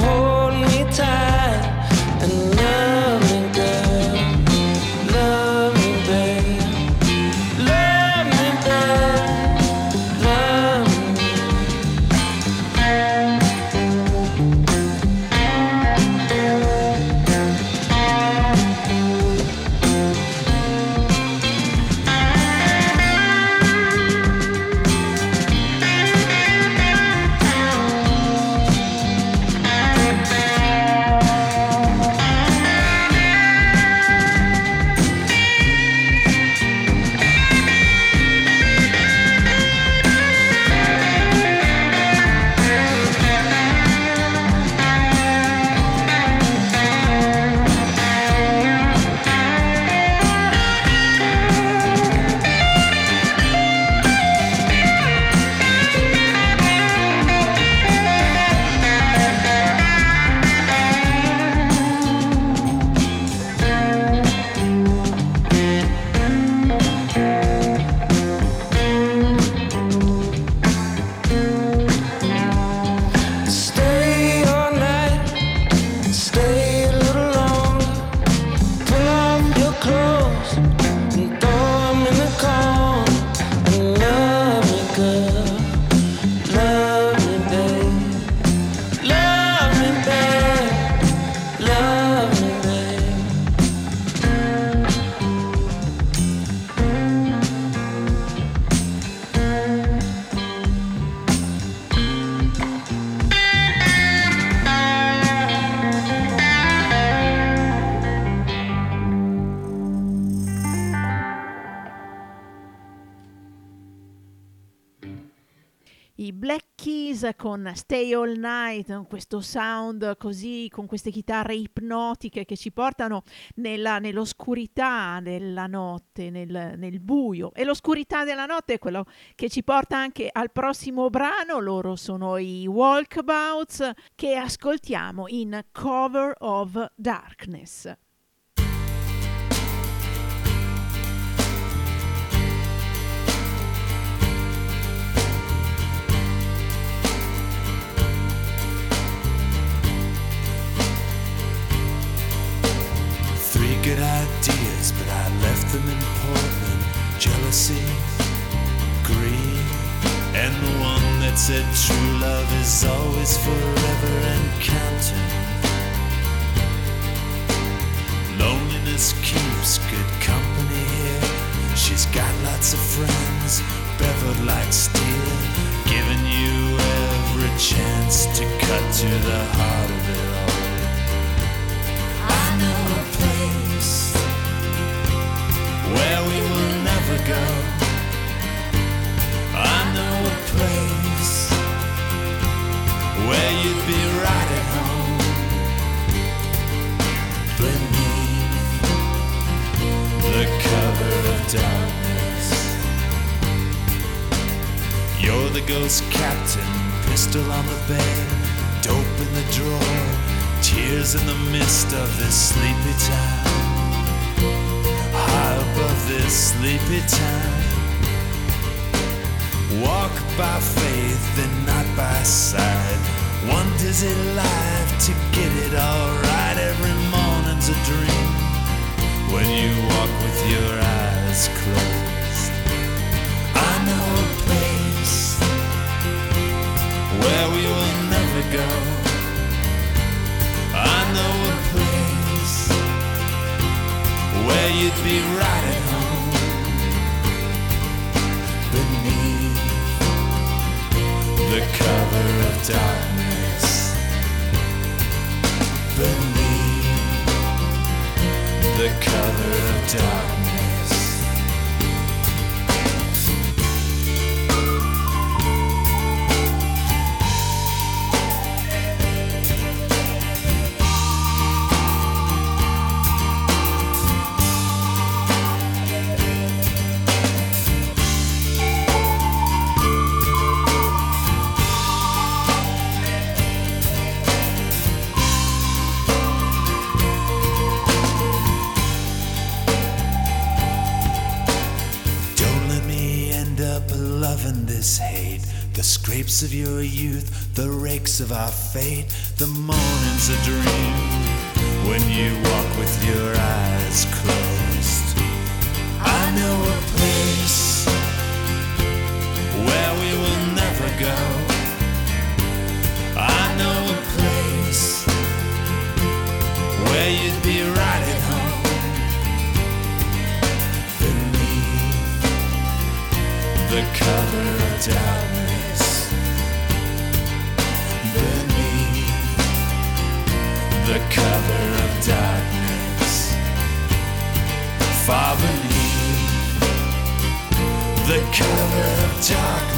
hold me tight and love me, girl. Love me, babe. Love me, babe. Love me. Stay all night, stay a little longer. Pull off your clothes and throw 'em in the corner. And love me, girl. Love me, babe. Love me, babe. Love me, babe. I Black Keys con Stay All Night, questo sound così, con queste chitarre ipnotiche che ci portano nella, nell'oscurità della notte, nel, nel buio. E l'oscurità della notte è quello che ci porta anche al prossimo brano. Loro sono i Walkabouts, che ascoltiamo in Cover of Darkness. Three good ideas, but I left them in Portland. Jealousy, greed, and the one that said true love is always forever and counting. Loneliness keeps good company here. She's got lots of friends, beveled like steel, giving you every chance to cut to the heart of it all. I know a place where we will never go. I know a place where you'd be right at home. Beneath the cover of darkness, you're the ghost captain, pistol on the bed, dope in the drawer, tears in the midst of this sleepy town. High above this sleepy town, walk by faith and not by sight. One dizzy life to get it all right. Every morning's a dream when you walk with your eyes closed. I know a place where we will never go. I know a place where you'd be right at home. Beneath the cover of darkness, beneath the cover of darkness. Loving this hate, the scrapes of your youth, the rakes of our fate, the morning's a dream when you walk with your eyes closed. I know a place where we will never go. I know a place where you'd be right at home. Beneath the cover of darkness, beneath the cover of darkness, far beneath the cover of darkness.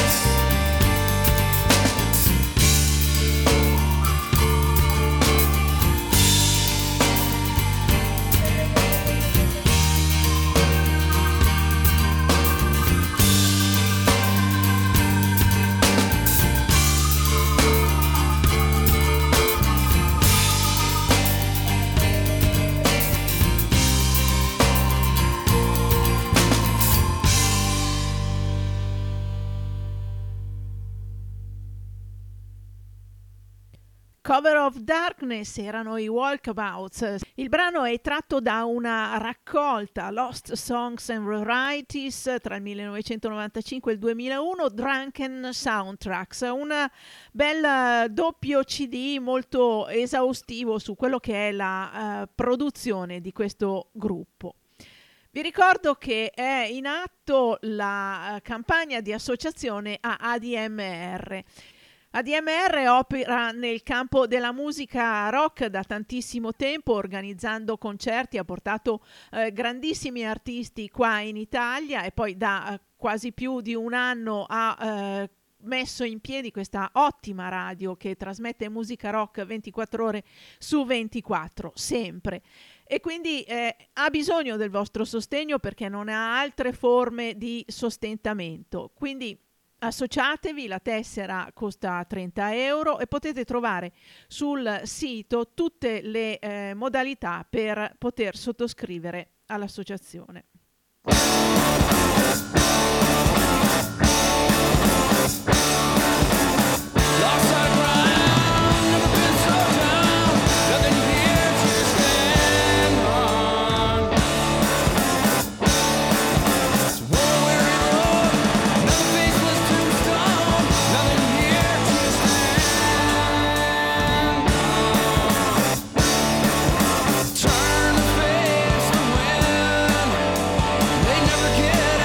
Cover of Darkness erano i Walkabouts. Il brano è tratto da una raccolta, Lost Songs and Varieties, tra il millenovecentonovantacinque e il duemilauno, Drunken Soundtracks, un bel doppio C D molto esaustivo su quello che è la uh, produzione di questo gruppo. Vi ricordo che è in atto la uh, campagna di associazione a A D M R. A D M R opera nel campo della musica rock da tantissimo tempo, organizzando concerti, ha portato eh, grandissimi artisti qua in Italia e poi da eh, quasi più di un anno ha eh, messo in piedi questa ottima radio che trasmette musica rock ventiquattro ore su ventiquattro, sempre. E quindi eh, ha bisogno del vostro sostegno perché non ha altre forme di sostentamento. Quindi associatevi, la tessera costa trenta euro e potete trovare sul sito tutte le eh, modalità per poter sottoscrivere all'associazione. Turn to face the wind, they never get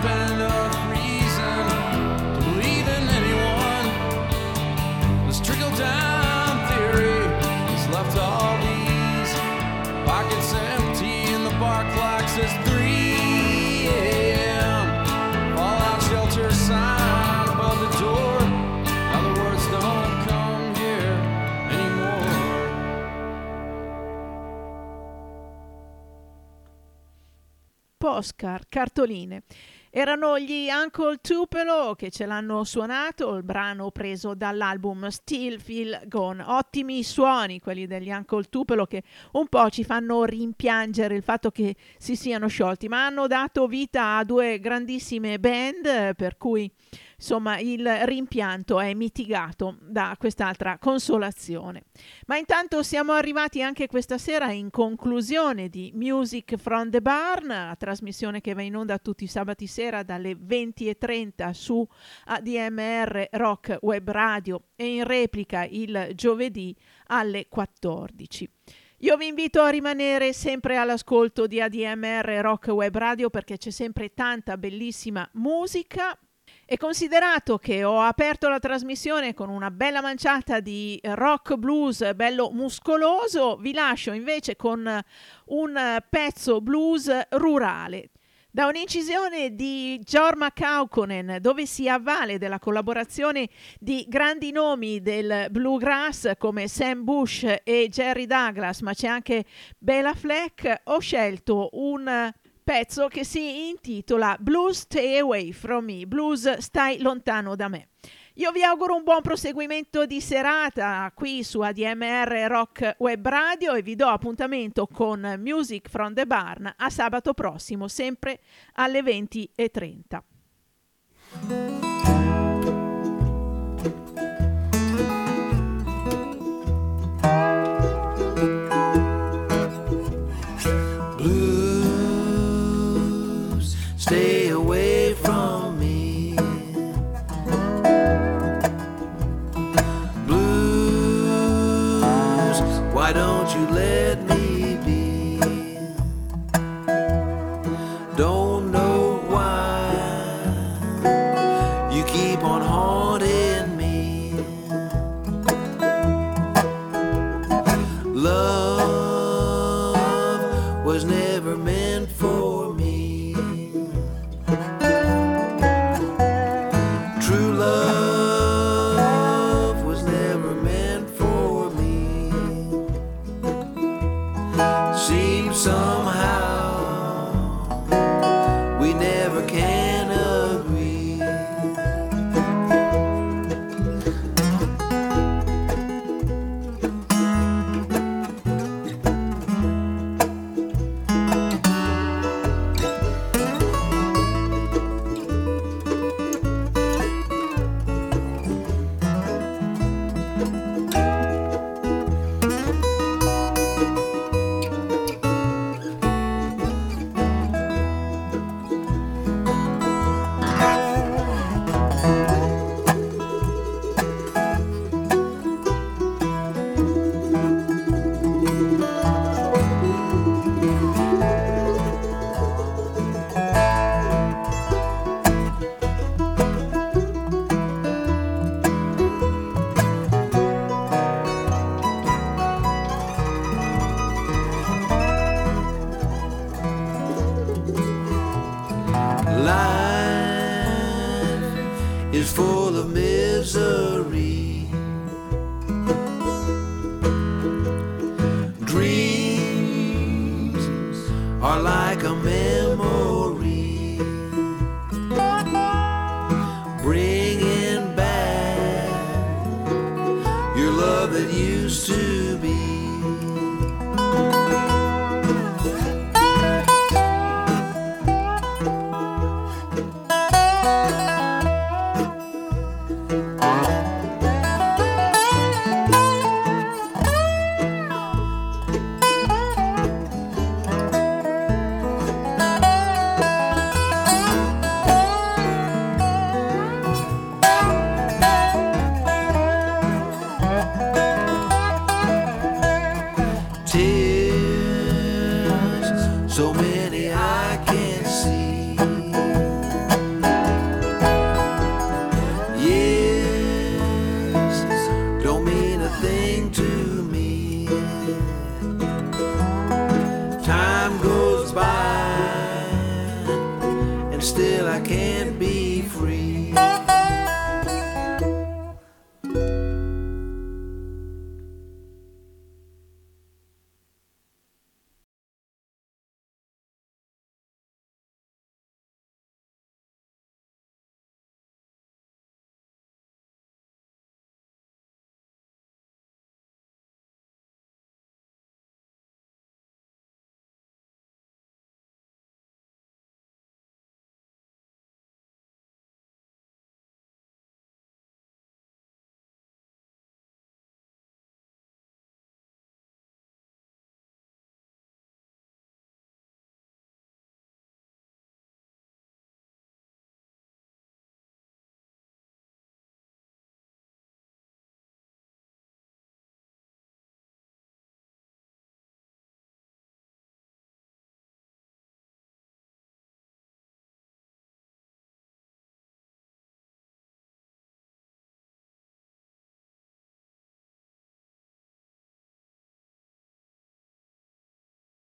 been enough reason to believe in anyone. This trickle down theory has left all these pockets empty and the bar clock says three a.m. Fallout shelter sign above the door. Now the words don't come here anymore. Postcard, cartoline. Erano gli Uncle Tupelo che ce l'hanno suonato, il brano preso dall'album Still Feel Gone. Ottimi suoni quelli degli Uncle Tupelo, che un po' ci fanno rimpiangere il fatto che si siano sciolti, ma hanno dato vita a due grandissime band, per cui insomma il rimpianto è mitigato da quest'altra consolazione. Ma intanto siamo arrivati anche questa sera in conclusione di Music from the Barn, la trasmissione che va in onda tutti i sabati sera dalle venti e trenta su A D M R Rock Web Radio e in replica il giovedì alle quattordici. Io vi invito a rimanere sempre all'ascolto di A D M R Rock Web Radio, perché c'è sempre tanta bellissima musica. E considerato che ho aperto la trasmissione con una bella manciata di rock blues bello muscoloso, vi lascio invece con un pezzo blues rurale. Da un'incisione di Jorma Kaukonen, dove si avvale della collaborazione di grandi nomi del bluegrass come Sam Bush e Jerry Douglas, ma c'è anche Bela Fleck, ho scelto un pezzo che si intitola Blues Stay Away From Me, Blues Stai Lontano da Me. Io vi auguro un buon proseguimento di serata qui su A D M R Rock Web Radio e vi do appuntamento con Music from the Barn a sabato prossimo, sempre alle venti e trenta. Blues, stay away from me. Blues, why don't you let me be? Don't know why you keep on haunting me. Love was never meant for me. True love was never meant for me. Seems somehow we never can agree. Life is full of misery. Dreams are like a memory, bringing back your love that used to